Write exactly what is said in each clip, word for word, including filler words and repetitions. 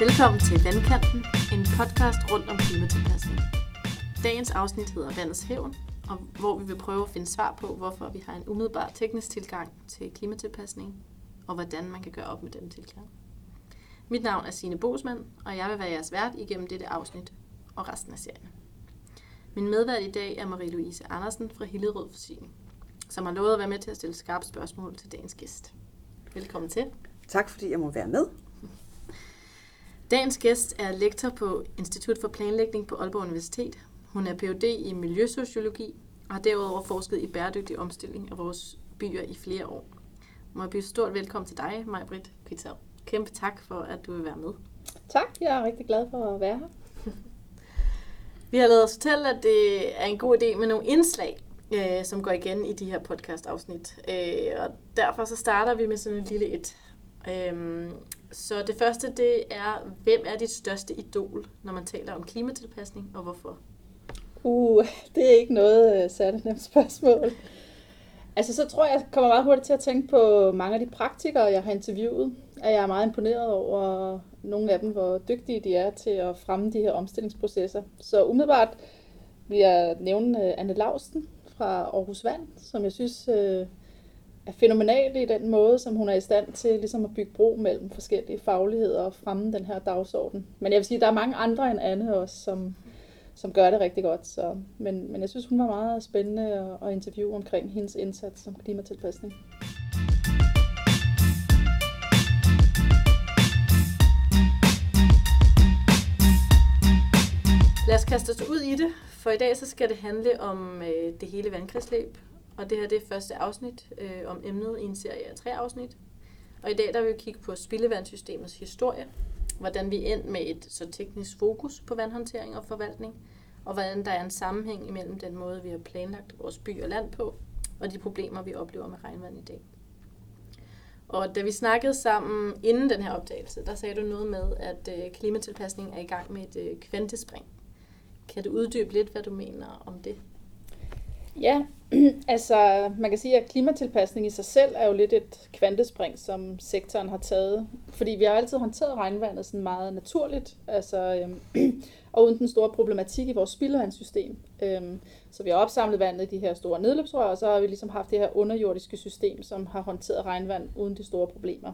Velkommen til Vandkanten, en podcast rundt om klimatilpasning. Dagens afsnit hedder Vandets hævn, og hvor vi vil prøve at finde svar på, hvorfor vi har en umiddelbar teknisk tilgang til klimatilpasning, og hvordan man kan gøre op med den tilgang. Mit navn er Signe Boesmann, og jeg vil være jeres vært igennem dette afsnit og resten af serien. Min medvært i dag er Marie-Louise Andersen fra Hillerød Forsyning, som har lovet at være med til at stille skarpe spørgsmål til dagens gæst. Velkommen til. Tak fordi jeg må være med. Dagens gæst er lektor på Institut for Planlægning på Aalborg Universitet. Hun er P H D i miljøsociologi og har derudover forsket i bæredygtig omstilling af vores byer i flere år. Må jeg byde stort velkommen til dig, Maj-Britt Kvittau. Kæmpe tak for, at du vil være med. Tak, jeg er rigtig glad for at være her. Vi har lavet os fortælle, at det er en god idé med nogle indslag, øh, som går igen i de her podcast-afsnit. Øh, og derfor så starter vi med sådan en lille et. Øhm, så det første, det er, hvem er dit største idol, når man taler om klimatilpasning, og hvorfor? Uh, det er ikke noget uh, særligt nemt spørgsmål. Altså, så tror jeg, jeg kommer meget hurtigt til at tænke på mange af de praktikere, jeg har interviewet. At jeg er meget imponeret over nogle af dem, hvor dygtige de er til at fremme de her omstillingsprocesser. Så umiddelbart vil jeg nævne uh, Anne Lausten fra Aarhus Vand, som jeg synes uh, er fænomenal i den måde, som hun er i stand til ligesom at bygge bro mellem forskellige fagligheder og fremme den her dagsorden. Men jeg vil sige, at der er mange andre end Anne også, som, som gør det rigtig godt. Så, men, men jeg synes, hun var meget spændende at, at interviewe omkring hendes indsats som klimatilpasning. Lad os kaste os ud i det, for i dag så skal det handle om øh, det hele vandkredsløb. Og det her det er første afsnit øh, om emnet i en serie af tre afsnit. Og i dag der vil vi kigge på spildevandssystemets historie, hvordan vi endte med et så teknisk fokus på vandhåndtering og forvaltning, og hvordan der er en sammenhæng imellem den måde, vi har planlagt vores by og land på, og de problemer, vi oplever med regnvand i dag. Og da vi snakkede sammen inden den her optagelse, der sagde du noget med, at øh, klimatilpasning er i gang med et øh, kvantespring. Kan du uddybe lidt, hvad du mener om det? Ja, altså man kan sige, at klimatilpasning i sig selv er jo lidt et kvantespring, som sektoren har taget. Fordi vi har altid håndteret regnvandet sådan meget naturligt, altså, øhm, og uden den store problematik i vores spildevandssystem. Øhm, så vi har opsamlet vandet i de her store nedløbsrør, og så har vi ligesom haft det her underjordiske system, som har håndteret regnvand uden de store problemer.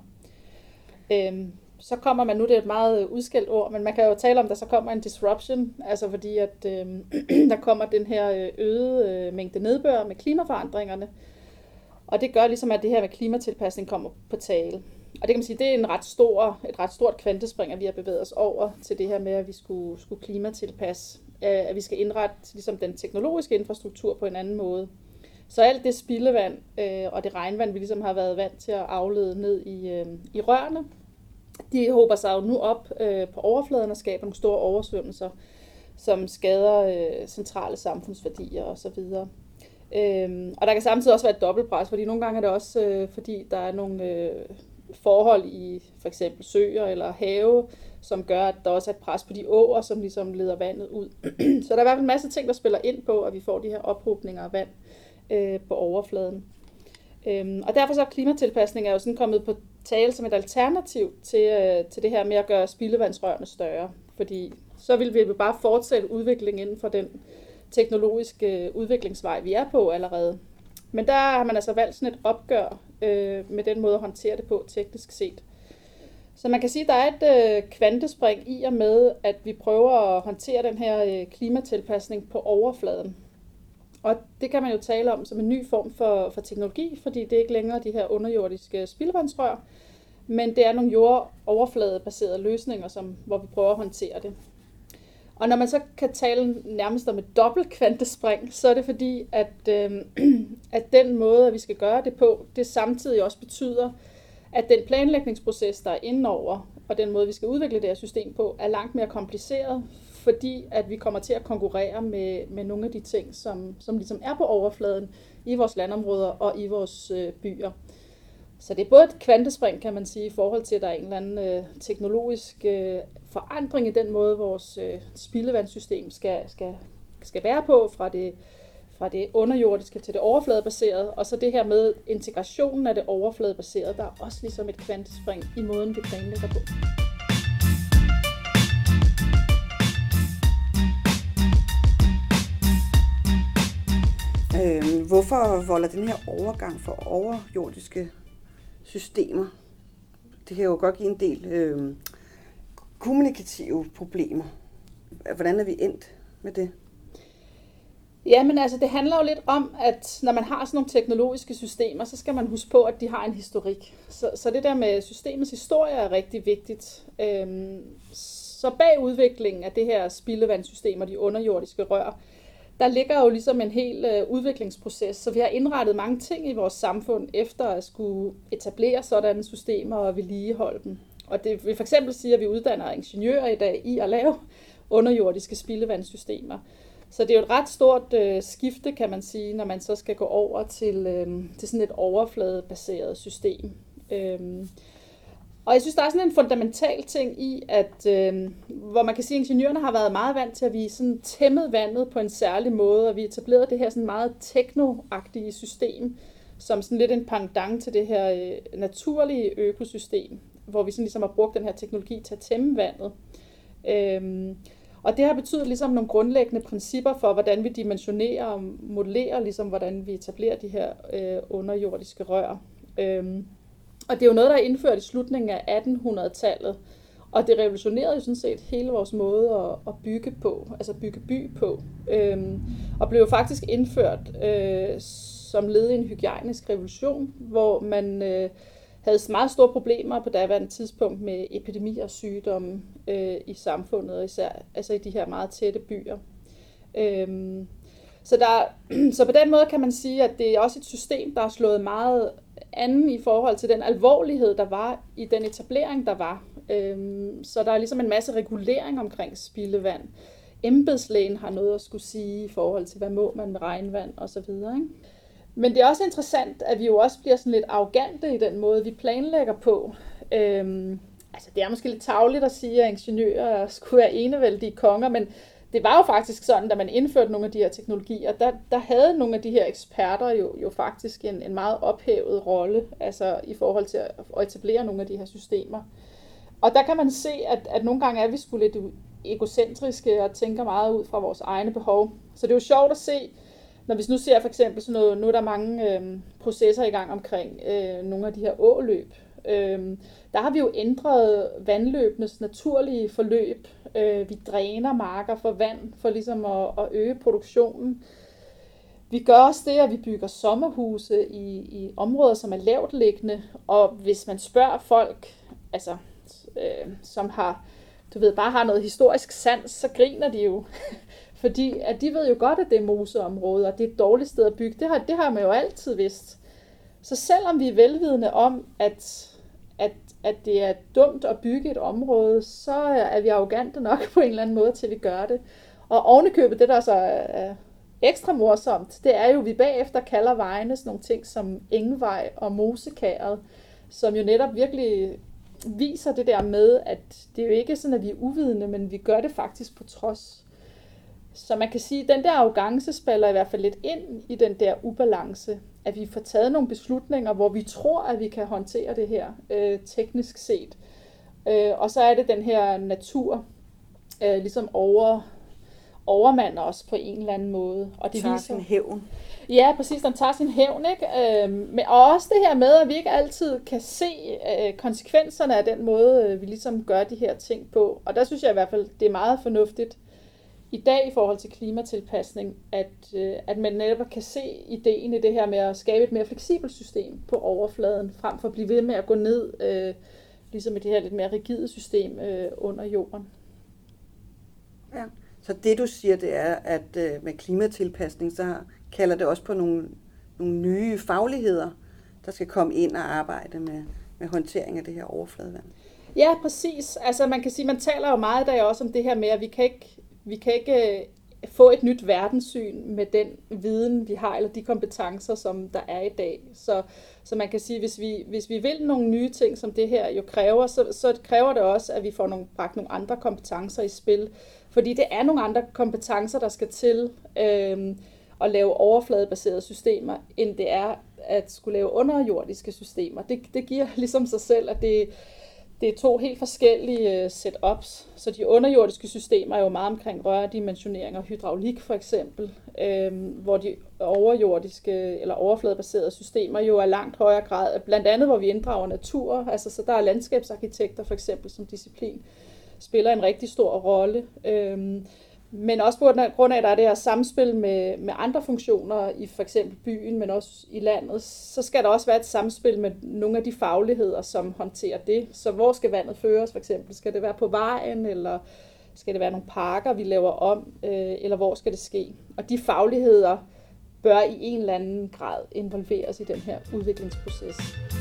Øhm, Så kommer man, nu det er et meget udskældt ord, men man kan jo tale om, at der så kommer en disruption, altså fordi at øh, der kommer den her øgede øh, mængde nedbør med klimaforandringerne. Og det gør ligesom, at det her med klimatilpasning kommer på tale. Og det kan man sige, det er en ret stor, et ret stort kvantespring, at vi har bevæget os over til det her med, at vi skulle, skulle klimatilpasse. At vi skal indrette ligesom den teknologiske infrastruktur på en anden måde. Så alt det spildevand øh, og det regnvand, vi ligesom har været vant til at aflede ned i, øh, i rørene, de håber sig jo nu op øh, på overfladen og skaber nogle store oversvømmelser, som skader øh, centrale samfundsværdier osv. Øhm, og der kan samtidig også være et dobbeltpres, fordi nogle gange er det også, øh, fordi der er nogle øh, forhold i for eksempel søer eller have, som gør, at der også er et pres på de åer, som ligesom leder vandet ud. Så der er i hvert fald en masse ting, der spiller ind på, at vi får de her ophobninger af vand øh, på overfladen. Øhm, og derfor så er klimatilpasning er jo sådan kommet på tale som et alternativ til, øh, til det her med at gøre spildevandsrørene større. Fordi så vil vi bare fortsætte udviklingen inden for den teknologiske udviklingsvej, vi er på allerede. Men der har man altså valgt sådan et opgør øh, med den måde at håndtere det på teknisk set. Så man kan sige, at der er et øh, kvantespring i og med, at vi prøver at håndtere den her øh, klimatilpasning på overfladen. Og det kan man jo tale om som en ny form for, for teknologi, fordi det er ikke længere de her underjordiske spildevandsrør, men det er nogle jordoverfladebaserede løsninger, som, hvor vi prøver at håndtere det. Og når man så kan tale nærmest om et dobbelt kvantespring, så er det fordi, at, øh, at den måde, at vi skal gøre det på, det samtidig også betyder, at den planlægningsproces, der er indenover, og den måde, vi skal udvikle det her system på, er langt mere kompliceret, fordi at vi kommer til at konkurrere med, med nogle af de ting, som, som ligesom er på overfladen i vores landområder og i vores øh, byer. Så det er både et kvantespring, kan man sige, i forhold til, at der er en eller anden øh, teknologisk øh, forandring i den måde, vores øh, spildevandssystem skal, skal, skal være på, fra det, fra det underjordiske til det overfladebaserede, og så det her med integrationen af det overfladebaserede, der er også ligesom et kvantespring i måden, vi planlægger på. hvorfor volder den her overgang for overjordiske systemer? Det kan jo godt give en del øh, kommunikative problemer. Hvordan er vi endt med det? Ja, men altså det handler jo lidt om, at når man har sådan nogle teknologiske systemer, så skal man huske på, at de har en historik. Så, så det der med systemets historie er rigtig vigtigt. Øhm, så bag udviklingen af det her spildevandssystem og de underjordiske rør, der ligger jo ligesom en hel øh, udviklingsproces. Så vi har indrettet mange ting i vores samfund efter at skulle etablere sådanne systemer og vedligeholde dem. Og det vil for eksempel sige, at vi uddanner ingeniører i dag i at lave underjordiske spildevandssystemer. Så det er jo et ret stort øh, skifte, kan man sige, når man så skal gå over til, øh, til sådan et overfladebaseret system. Øhm, og jeg synes, der er sådan en fundamental ting i, at øh, hvor man kan sige, at ingeniørerne har været meget vant til, at vi sådan tæmmet vandet på en særlig måde, og vi etablerede det her sådan meget teknoagtige system, som sådan lidt en pendant til det her øh, naturlige økosystem, hvor vi sådan ligesom har brugt den her teknologi til at tæmme vandet. Øhm, Og det har betydet ligesom nogle grundlæggende principper for, hvordan vi dimensionerer og modellerer, ligesom hvordan vi etablerer de her øh, underjordiske rør. Øhm, og det er jo noget, der er indført i slutningen af attenhundredetallet, og det revolutionerede jo sådan set hele vores måde at, at bygge på, altså bygge by på, øhm, og blev jo faktisk indført øh, som led i en hygiejnisk revolution, hvor man øh, havde meget store problemer på daværende tidspunkt med epidemier og sygdomme øh, i samfundet, og især altså i de her meget tætte byer. Øhm, så, der, så på den måde kan man sige, at det er også et system, der har slået meget an i forhold til den alvorlighed, der var i den etablering, der var. Øhm, så der er ligesom en masse regulering omkring spildevand. Embedslægen har noget at skulle sige i forhold til, hvad må man med regnvand osv., ikke? Men det er også interessant, at vi jo også bliver sådan lidt arrogante i den måde, vi planlægger på. Øhm, altså det er måske lidt tarveligt at sige, at ingeniører skulle være enevældige konger, men det var jo faktisk sådan, da man indførte nogle af de her teknologier, der, der havde nogle af de her eksperter jo, jo faktisk en, en meget ophævet rolle, altså i forhold til at, at etablere nogle af de her systemer. Og der kan man se, at, at nogle gange er vi sgu lidt egocentriske og tænker meget ud fra vores egne behov. Så det er jo sjovt at se, når vi nu ser for eksempel sådan noget, nu er der mange øh, processer i gang omkring øh, nogle af de her åløb. Øh, der har vi jo ændret vandløbenes naturlige forløb. Øh, vi dræner marker for vand for ligesom at, at øge produktionen. Vi gør også det, at vi bygger sommerhuse i, i områder, som er lavt liggende. Og hvis man spørger folk, altså, øh, som har, du ved, bare har noget historisk sans, så griner de jo. Fordi at de ved jo godt, at det er moseområde, og det er et dårligt sted at bygge. Det har, det har man jo altid vidst. Så selvom vi er velvidende om, at, at, at det er dumt at bygge et område, så er vi arrogante nok på en eller anden måde, til vi gør det. Og ovenikøbet, det der så er ekstra morsomt, det er jo, at vi bagefter kalder vejene sådan nogle ting som Engvej og Mosekæret, som jo netop virkelig viser det der med, at det er jo ikke sådan, at vi er uvidende, men vi gør det faktisk på trods. Så man kan sige, at den der arrogance spiller i hvert fald lidt ind i den der ubalance, at vi får taget nogle beslutninger, hvor vi tror, at vi kan håndtere det her øh, teknisk set. Øh, og så er det den her natur, øh, ligesom over, overmander os på en eller anden måde. Og det tager viser sin hævn. Ja, præcis, den tager sin hævn, ikke? Øh, men også det her med, at vi ikke altid kan se øh, konsekvenserne af den måde, øh, vi ligesom gør de her ting på. Og der synes jeg i hvert fald, det er meget fornuftigt i dag i forhold til klimatilpasning, at, øh, at man netop kan se ideen i det her med at skabe et mere fleksibelt system på overfladen, frem for at blive ved med at gå ned, øh, ligesom i det her lidt mere rigide system øh, under jorden. Ja. Så det du siger, det er, at øh, med klimatilpasning, så kalder det også på nogle, nogle nye fagligheder, der skal komme ind og arbejde med, med håndtering af det her overfladevand. Ja, præcis. Altså man kan sige, man taler jo meget i dag også om det her med, at vi kan ikke Vi kan ikke få et nyt verdenssyn med den viden, vi har, eller de kompetencer, som der er i dag. Så, så man kan sige, hvis vi, hvis vi vil nogle nye ting, som det her jo kræver, så, så kræver det også, at vi får nogle, bragt nogle andre kompetencer i spil. Fordi det er nogle andre kompetencer, der skal til øh, at lave overfladebaserede systemer, end det er at skulle lave underjordiske systemer. Det, det giver ligesom sig selv, at det det er to helt forskellige setups. Så de underjordiske systemer er jo meget omkring rørdimensionering og hydraulik for eksempel, øhm, hvor de overjordiske eller overfladebaserede systemer jo er langt højere grad, blandt andet hvor vi inddrager natur, altså så der er landskabsarkitekter for eksempel som disciplin, spiller en rigtig stor rolle. Øhm, Men også på grund af, at der er det her samspil med, med andre funktioner i for eksempel byen, men også i landet, så skal der også være et samspil med nogle af de fagligheder, som håndterer det. Så hvor skal vandet føres for eksempel? Skal det være på vejen, eller skal det være nogle parker, vi laver om, øh, eller hvor skal det ske? Og de fagligheder bør i en eller anden grad involveres i den her udviklingsproces.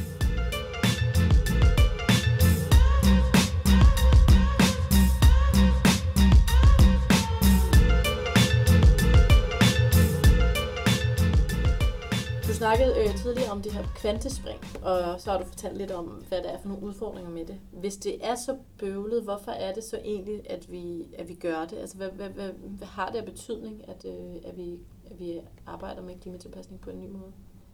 Du snakkede øh, tidligere om det her kvantespring, og så har du fortalt lidt om, hvad der er for nogle udfordringer med det. Hvis det er så bøvlet, hvorfor er det så egentlig, at vi, at vi gør det? Altså, hvad, hvad, hvad, hvad har det af betydning, at, øh, at, vi, at vi arbejder med klimatilpasning på en ny måde?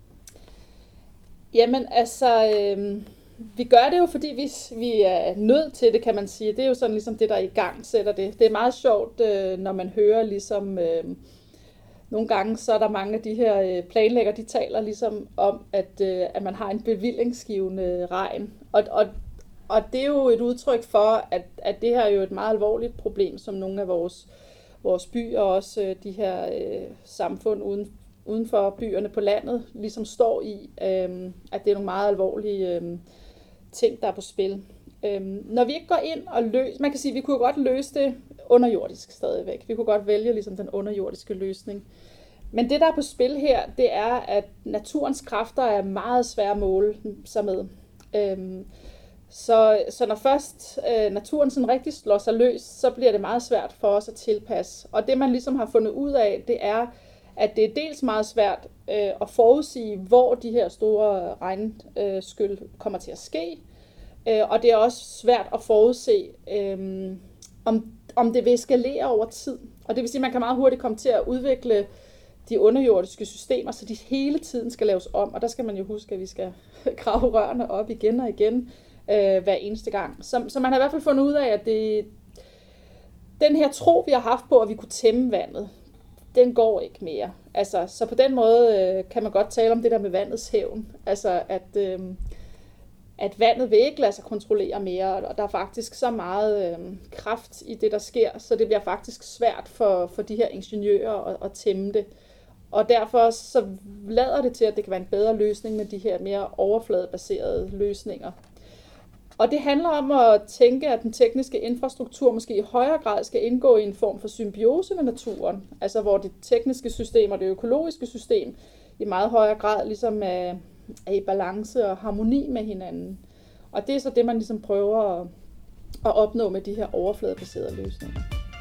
Jamen, altså, øh, vi gør det jo, fordi vi, vi er nødt til det, kan man sige. Det er jo sådan ligesom det, der i gang sætter det. Det er meget sjovt, øh, når man hører ligesom... Øh, Nogle gange så er der mange af de her planlægger, de taler ligesom om, at, at man har en bevillingsgivende regn. Og, og, og det er jo et udtryk for, at, at det her er jo et meget alvorligt problem, som nogle af vores, vores byer og også de her øh, samfund uden, uden for byerne på landet ligesom står i, øh, at det er nogle meget alvorlige øh, ting, der er på spil. Øh, når vi ikke går ind og løser, man kan sige, at vi kunne godt løse det underjordisk stadigvæk. Vi kunne godt vælge ligesom den underjordiske løsning. Men det, der er på spil her, det er, at naturens kræfter er meget svære at måle sig med. Øhm, så, så når først øh, naturen sådan rigtig slår sig løs, så bliver det meget svært for os at tilpasse. Og det, man ligesom har fundet ud af, det er, at det er dels meget svært øh, at forudsige, hvor de her store regnskyl kommer til at ske. Øh, og det er også svært at forudse, øh, om om det vil eskalere over tid. Og det vil sige, at man kan meget hurtigt komme til at udvikle de underjordiske systemer, så de hele tiden skal laves om. Og der skal man jo huske, at vi skal grave rørene op igen og igen øh, hver eneste gang. Så, så man har i hvert fald fundet ud af, at det, den her tro, vi har haft på, at vi kunne tæmme vandet, den går ikke mere. Altså, så på den måde øh, kan man godt tale om det der med vandets hævn. Altså, at... Øh, at vandet vil ikke lade sig kontrollere mere, og der er faktisk så meget øh, kraft i det, der sker, så det bliver faktisk svært for, for de her ingeniører at, at tæmme det. Og derfor så lader det til, at det kan være en bedre løsning med de her mere overfladebaserede løsninger. Og det handler om at tænke, at den tekniske infrastruktur måske i højere grad skal indgå i en form for symbiose med naturen, altså hvor det tekniske system og det økologiske system i meget højere grad ligesom er er i balance og harmoni med hinanden. Og det er så det, man ligesom prøver at, at opnå med de her overfladebaserede løsninger.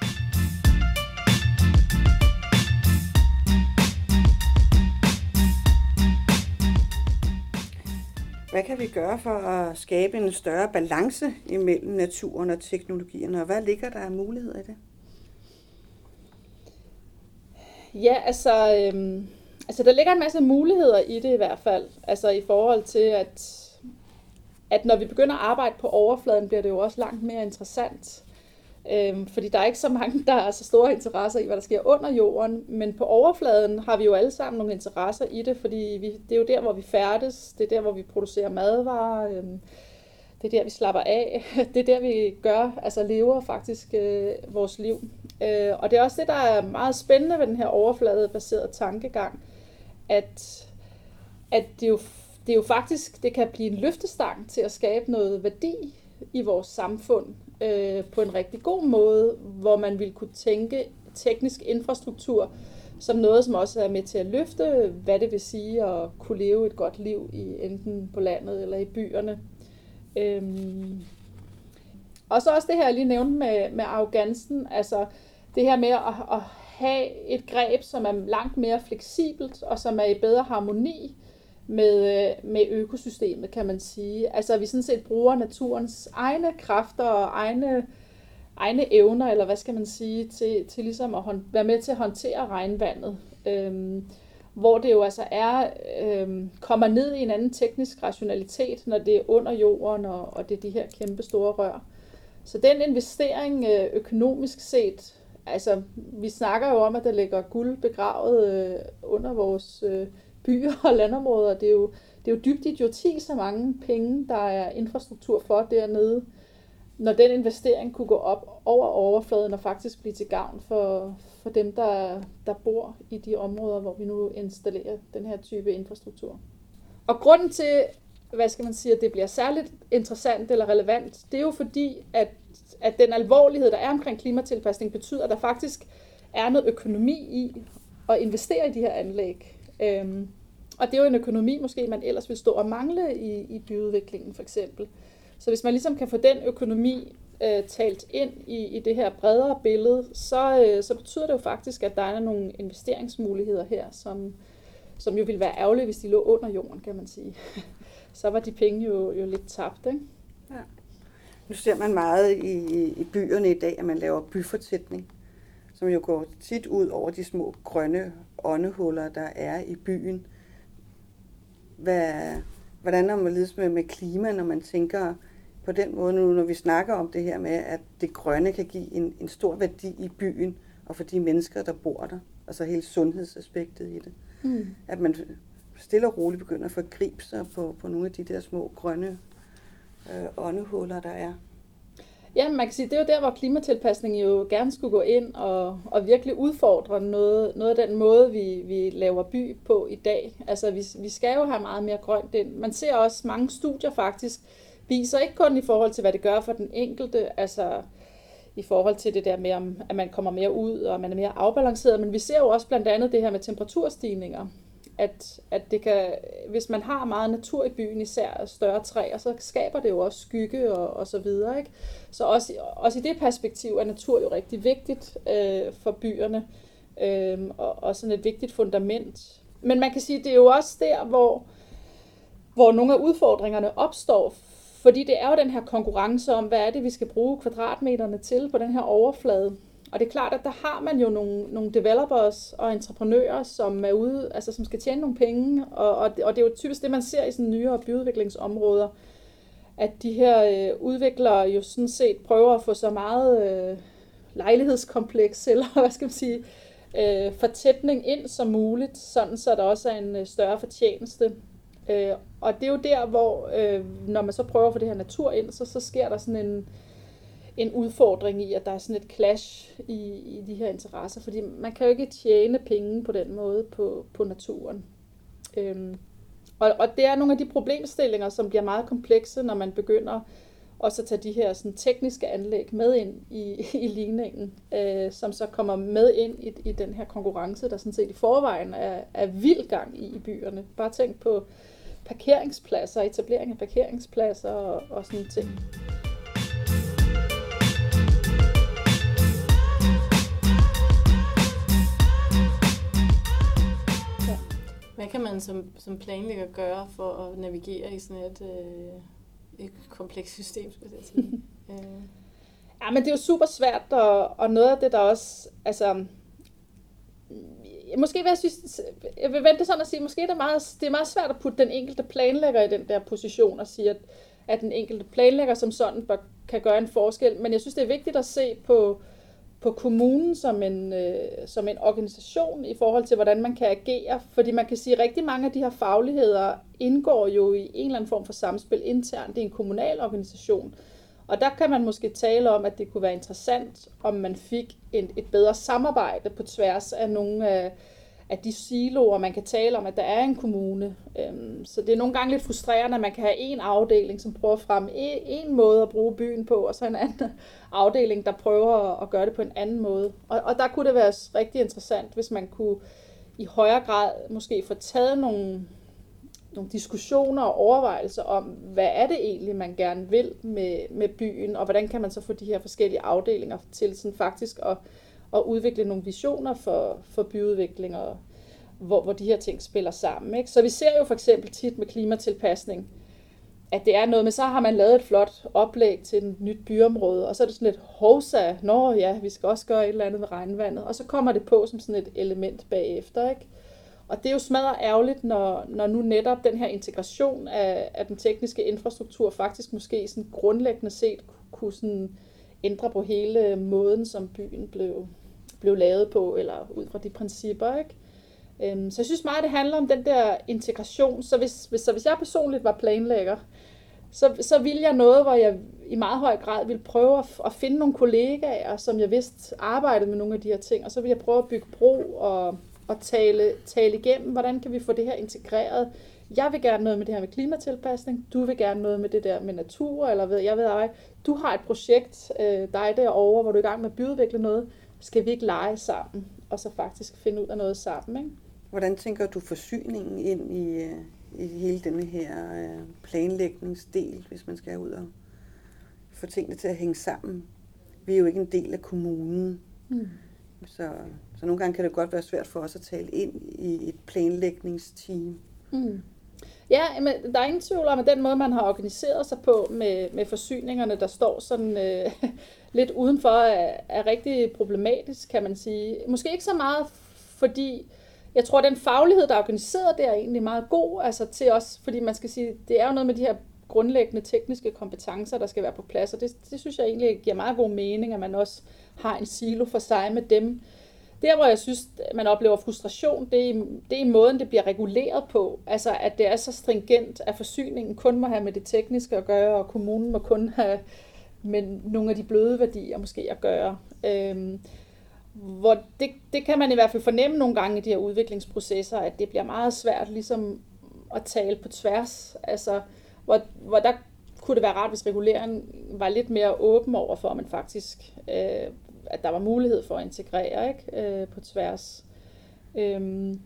Hvad kan vi gøre for at skabe en større balance imellem naturen og teknologierne, og hvad ligger der af muligheder i det? Ja, altså... Øhm Altså, der ligger en masse muligheder i det i hvert fald. Altså i forhold til, at, at når vi begynder at arbejde på overfladen, bliver det jo også langt mere interessant. Øhm, fordi der er ikke så mange, der har så store interesser i, hvad der sker under jorden. Men på overfladen har vi jo alle sammen nogle interesser i det, fordi vi, det er jo der, hvor vi færdes. Det er der, hvor vi producerer madvarer. Øhm, det er der, vi slapper af. Det er der, vi gør, altså lever faktisk øh, vores liv. Øh, og det er også det, der er meget spændende ved den her overfladebaserede tankegang. At, at det, jo, det er jo faktisk, det kan blive en løftestang til at skabe noget værdi i vores samfund øh, på en rigtig god måde, hvor man vil kunne tænke teknisk infrastruktur som noget, som også er med til at løfte, hvad det vil sige at kunne leve et godt liv i enten på landet eller i byerne. Øhm. Og så også det her, jeg lige nævnte med, med arrogancen, altså det her med at, at have et greb, som er langt mere fleksibelt, og som er i bedre harmoni med, med økosystemet, kan man sige. Altså at vi sådan set bruger naturens egne kræfter og egne, egne evner, eller hvad skal man sige, til, til ligesom at hånd, være med til at håndtere regnvandet. Øhm, hvor det jo altså er, øh, kommer ned i en anden teknisk rationalitet, når det er under jorden, og, og det er de her kæmpe store rør. Så den investering øh, økonomisk set, altså vi snakker jo om, at der ligger guld begravet øh, under vores øh, byer og landområder. Det er jo, det er jo dybt idioti, så mange penge, der er infrastruktur for dernede, når den investering kunne gå op over overfladen og faktisk blive til gavn for, for dem, der, der bor i de områder, hvor vi nu installerer den her type infrastruktur. Og grunden til, hvad skal man sige, at det bliver særligt interessant eller relevant, det er jo fordi, at, at den alvorlighed, der er omkring klimatilpasning, betyder, at der faktisk er noget økonomi i at investere i de her anlæg. Øhm, og det er jo en økonomi, måske man ellers vil stå og mangle i, i byudviklingen for eksempel. Så hvis man ligesom kan få den økonomi øh, talt ind i, i det her bredere billede, så, øh, så betyder det jo faktisk, at der er nogle investeringsmuligheder her, som, som jo ville være ærgerlige, hvis de lå under jorden, kan man sige. Så var de penge jo, jo lidt tabt, ikke? Ja. Nu ser man meget i, i byerne i dag, at man laver byfortætning, som jo går tit ud over de små grønne åndehuller, der er i byen. Hvad, hvordan er man ledes med, med klima, når man tænker på den måde nu, når vi snakker om det her med, at det grønne kan give en, en stor værdi i byen, og for de mennesker, der bor der, altså hele sundhedsaspektet i det. Mm. At man stille og roligt begynder at forgribe sig på, på nogle af de der små grønne øh, åndehuller, der er. Ja, man kan sige, det er jo der, hvor klimatilpasning jo gerne skulle gå ind og, og virkelig udfordre noget, noget af den måde, vi, vi laver by på i dag. Altså, vi, vi skal jo have meget mere grønt ind. Man ser også mange studier faktisk, viser ikke kun i forhold til, hvad det gør for den enkelte, altså i forhold til det der med, at man kommer mere ud, og man er mere afbalanceret, men vi ser jo også blandt andet det her med temperaturstigninger. At, at det kan, hvis man har meget natur i byen, især større træer, så skaber det jo også skygge og, og så videre, ikke? Så også, også i det perspektiv er natur jo rigtig vigtigt øh, for byerne, øh, og, og sådan et vigtigt fundament. Men man kan sige, det er jo også der, hvor, hvor nogle af udfordringerne opstår, fordi det er jo den her konkurrence om, hvad er det, vi skal bruge kvadratmeterne til på den her overflade. Og det er klart, at der har man jo nogle, nogle developers og entreprenører, som er ude, altså som skal tjene nogle penge, og, og, og det er jo typisk det, man ser i sådan nyere byudviklingsområder, at de her øh, udviklere jo sådan set prøver at få så meget øh, lejlighedskompleks, eller hvad skal man sige, øh, fortætning ind som muligt, sådan så der også er en øh, større fortjeneste. Øh, og det er jo der, hvor øh, når man så prøver at få det her natur ind, så, så sker der sådan en en udfordring i, at der er sådan et clash i, i de her interesser, fordi man kan jo ikke tjene penge på den måde på, på naturen. Øhm, og, og det er nogle af de problemstillinger, som bliver meget komplekse, når man begynder også at tage de her sådan, tekniske anlæg med ind i, i ligningen, øh, som så kommer med ind i, i den her konkurrence, der sådan set i forvejen er, er vild gang i, i byerne. Bare tænk på parkeringspladser, etablering af parkeringspladser og, og sådan ting. Hvad kan man som, som planlægger gøre for at navigere i sådan et, øh, et komplekst system, skulle jeg sige? øh. Ja, men det er jo super svært, og, og noget af det, der også, altså, måske vil jeg synes, jeg vil vente sådan at sige, måske er det, meget, det er meget svært at putte den enkelte planlægger i den der position og sige, at, at den enkelte planlægger som sådan bør, kan gøre en forskel, men jeg synes, det er vigtigt at se på, på kommunen som en, øh, som en organisation i forhold til, hvordan man kan agere. Fordi man kan sige, at rigtig mange af de her fagligheder indgår jo i en eller anden form for samspil internt i en kommunal organisation. Og der kan man måske tale om, at det kunne være interessant, om man fik en, et bedre samarbejde på tværs af nogle af, af de siloer, man kan tale om, at der er en kommune. Så det er nogle gange lidt frustrerende, at man kan have en afdeling, som prøver frem en måde at bruge byen på, og så en anden afdeling, der prøver at gøre det på en anden måde. Og, og der kunne det være rigtig interessant, hvis man kunne i højere grad måske få taget nogle, nogle diskussioner og overvejelser om, hvad er det egentlig, man gerne vil med, med byen, og hvordan kan man så få de her forskellige afdelinger til sådan faktisk at og udvikle nogle visioner for, for byudvikling, og hvor, hvor de her ting spiller sammen. Ikke? Så vi ser jo for eksempel tit med klimatilpasning, at det er noget med, så har man lavet et flot oplæg til et nyt byområde, og så er det sådan lidt hovsa, nå ja, vi skal også gøre et eller andet med regnvandet, og så kommer det på som sådan et element bagefter. Ikke? Og det er jo smadret ærgerligt, når, når nu netop den her integration af, af den tekniske infrastruktur faktisk måske sådan grundlæggende set kunne sådan ændre på hele måden, som byen blev, blev lavet på, eller ud fra de principper, ikke? Øhm, så jeg synes meget, det handler om den der integration. Så hvis, hvis, så hvis jeg personligt var planlægger, så, så ville jeg noget, hvor jeg i meget høj grad ville prøve at, at finde nogle kollegaer, som jeg vidste arbejdede med nogle af de her ting, og så ville jeg prøve at bygge bro og, og tale, tale igennem, hvordan kan vi få det her integreret. Jeg vil gerne noget med det her med klimatilpasning, du vil gerne noget med det der med natur, eller ved, jeg ved ej, du har et projekt, øh, dig derovre, hvor du er i gang med at byudvikle noget, skal vi ikke lege sammen, og så faktisk finde ud af noget sammen, ikke? Hvordan tænker du forsyningen ind i, i hele denne her planlægningsdel, hvis man skal ud og få tingene til at hænge sammen? Vi er jo ikke en del af kommunen, mm. så, så nogle gange kan det godt være svært for os at tale ind i et planlægningsteam. Mm. Ja, men der er ingen tvivl om, at den måde, man har organiseret sig på med, med forsyningerne, der står sådan øh, lidt udenfor, er, er rigtig problematisk, kan man sige. Måske ikke så meget, fordi jeg tror, at den faglighed, der er organiseret, det er egentlig meget god, altså til os, fordi man skal sige, det er jo noget med de her grundlæggende tekniske kompetencer, der skal være på plads, og det, det synes jeg egentlig giver meget god mening, at man også har en silo for sig med dem. Der, hvor jeg synes, man oplever frustration, det er, det er i måden, det bliver reguleret på. Altså, at det er så stringent, at forsyningen kun må have med det tekniske at gøre, og kommunen må kun have med nogle af de bløde værdier måske at gøre. Øhm, hvor det, det kan man i hvert fald fornemme nogle gange i de her udviklingsprocesser, at det bliver meget svært ligesom at tale på tværs. Altså, hvor, hvor der kunne det være rart, hvis reguleringen var lidt mere åben over for, at man faktisk... Øh, at der var mulighed for at integrere, ikke? Øh, på tværs. Øhm,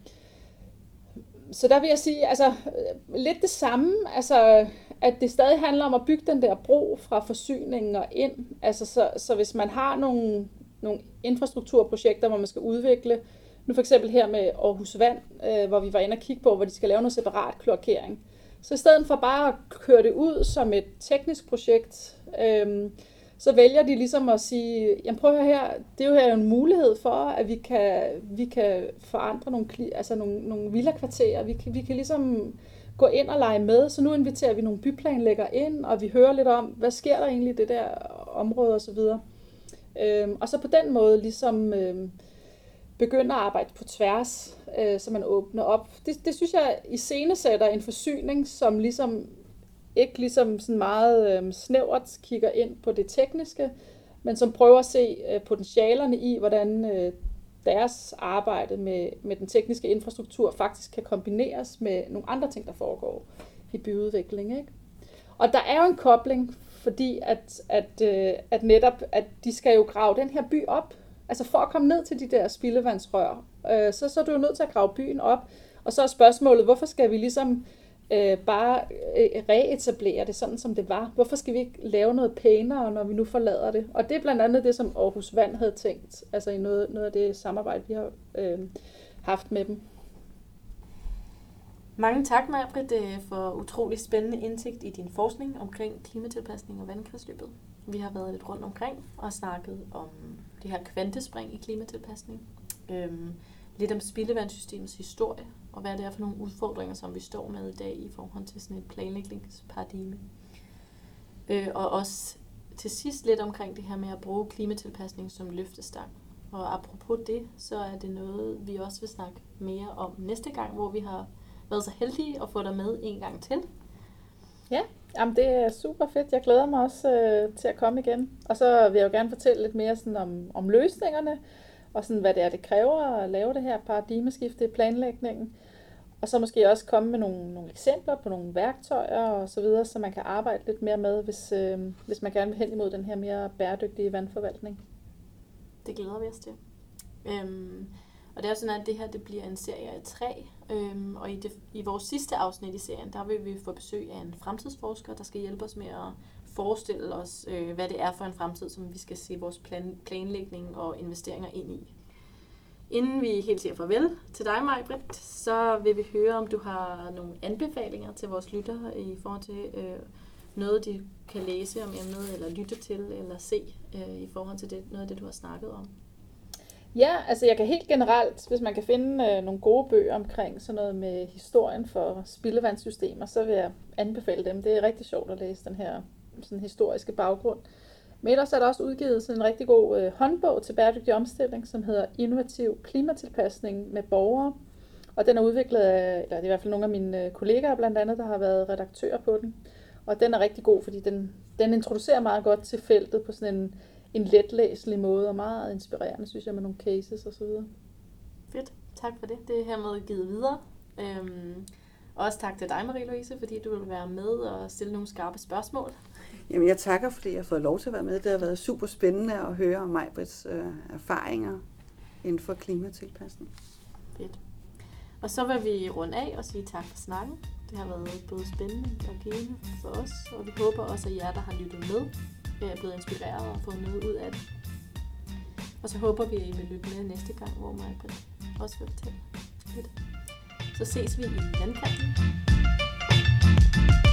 så der vil jeg sige, altså lidt det samme, altså at det stadig handler om at bygge den der bro fra forsyningen og ind. Altså så, så hvis man har nogle, nogle infrastrukturprojekter, hvor man skal udvikle, nu for eksempel her med Aarhus Vand, øh, hvor vi var inde og kigge på, hvor de skal lave noget separat kloakering. Så i stedet for bare at køre det ud som et teknisk projekt, øh, så vælger de ligesom at sige, jamen prøv at høre her, det er jo her en mulighed for, at vi kan, vi kan forandre nogle, altså nogle, nogle villakvarterer. Vi kan, vi kan ligesom gå ind og lege med, så nu inviterer vi nogle byplanlæggere ind, og vi hører lidt om, hvad sker der egentlig i det der område osv. Øhm, og så på den måde ligesom øhm, begynder at arbejde på tværs, øh, så man åbner op. Det, det synes jeg iscenesætter en forsyning, som ligesom ikke ligesom sådan meget øh, snævert kigger ind på det tekniske, men som prøver at se øh, potentialerne i, hvordan øh, deres arbejde med, med den tekniske infrastruktur faktisk kan kombineres med nogle andre ting, der foregår i byudvikling, ikke? Og der er jo en kobling, fordi at, at, øh, at netop, at de skal jo grave den her by op. Altså for at komme ned til de der spildevandsrør, øh, så, så er du jo nødt til at grave byen op. Og så er spørgsmålet, hvorfor skal vi ligesom Øh, bare øh, reetablere det sådan, som det var. Hvorfor skal vi ikke lave noget pænere, når vi nu forlader det? Og det er blandt andet det, som Aarhus Vand havde tænkt, altså i noget, noget af det samarbejde, vi har øh, haft med dem. Mange tak, Maj-Britt, for utrolig spændende indsigt i din forskning omkring klimatilpasning og vandkredsløbet. Vi har været lidt rundt omkring og snakket om det her kvantespring i klimatilpasning. Øhm, lidt om spildevandssystemets historie, og hvad det er for nogle udfordringer, som vi står med i dag i forhold til sådan et planlægningsparadigme. Øh, og også til sidst lidt omkring det her med at bruge klimatilpasning som løftestang. Og apropos det, så er det noget, vi også vil snakke mere om næste gang, hvor vi har været så heldige at få dig med en gang til. Ja, jamen det er super fedt. Jeg glæder mig også øh, til at komme igen. Og så vil jeg jo gerne fortælle lidt mere sådan om, om løsningerne, og sådan, hvad det er, det kræver at lave det her paradigmeskifte i planlægningen. Og så måske også komme med nogle, nogle eksempler på nogle værktøjer og så videre, så man kan arbejde lidt mere med, hvis, øh, hvis man gerne vil hen imod den her mere bæredygtige vandforvaltning. Det glæder vi os til. Øhm, og det er sådan, at det her det bliver en serie af tre. Øhm, og i, det, i vores sidste afsnit i serien, der vil vi få besøg af en fremtidsforsker, der skal hjælpe os med at forestille os, øh, hvad det er for en fremtid, som vi skal se vores plan, planlægning og investeringer ind i. Inden vi helt siger farvel til dig, Maj-Britt, så vil vi høre, om du har nogle anbefalinger til vores lyttere i forhold til øh, noget, de kan læse om emnet, eller lytte til, eller se øh, i forhold til det, noget af det, du har snakket om. Ja, altså jeg kan helt generelt, hvis man kan finde øh, nogle gode bøger omkring sådan noget med historien for spildevandssystemer, så vil jeg anbefale dem. Det er rigtig sjovt at læse den her sådan historiske baggrund. Men ellers er der også udgivet sådan en rigtig god øh, håndbog til bæredygtig omstilling, som hedder Innovativ klimatilpasning med borgere. Og den er udviklet af, eller det er i hvert fald nogle af mine øh, kollegaer blandt andet, der har været redaktører på den. Og den er rigtig god, fordi den, den introducerer meget godt til feltet på sådan en, en letlæselig måde, og meget inspirerende, synes jeg, med nogle cases og så videre. Fedt. Tak for det. Det er hermed givet videre. Øhm, også tak til dig, Marie-Louise, fordi du vil være med og stille nogle skarpe spørgsmål. Jamen, jeg takker, fordi jeg har fået lov til at være med. Det har været super spændende at høre om Maj-Britts øh, erfaringer inden for klimatilpasning. Fedt. Og så vil vi runde af og sige tak for snakken. Det har været både spændende og givende for os, og vi håber også, at jer, der har lyttet med, er blevet inspireret og fået noget ud af det. Og så håber vi, at I vil lytte med næste gang, hvor Maj-Britt også vil fortælle lidt. Så ses vi i vandkanten.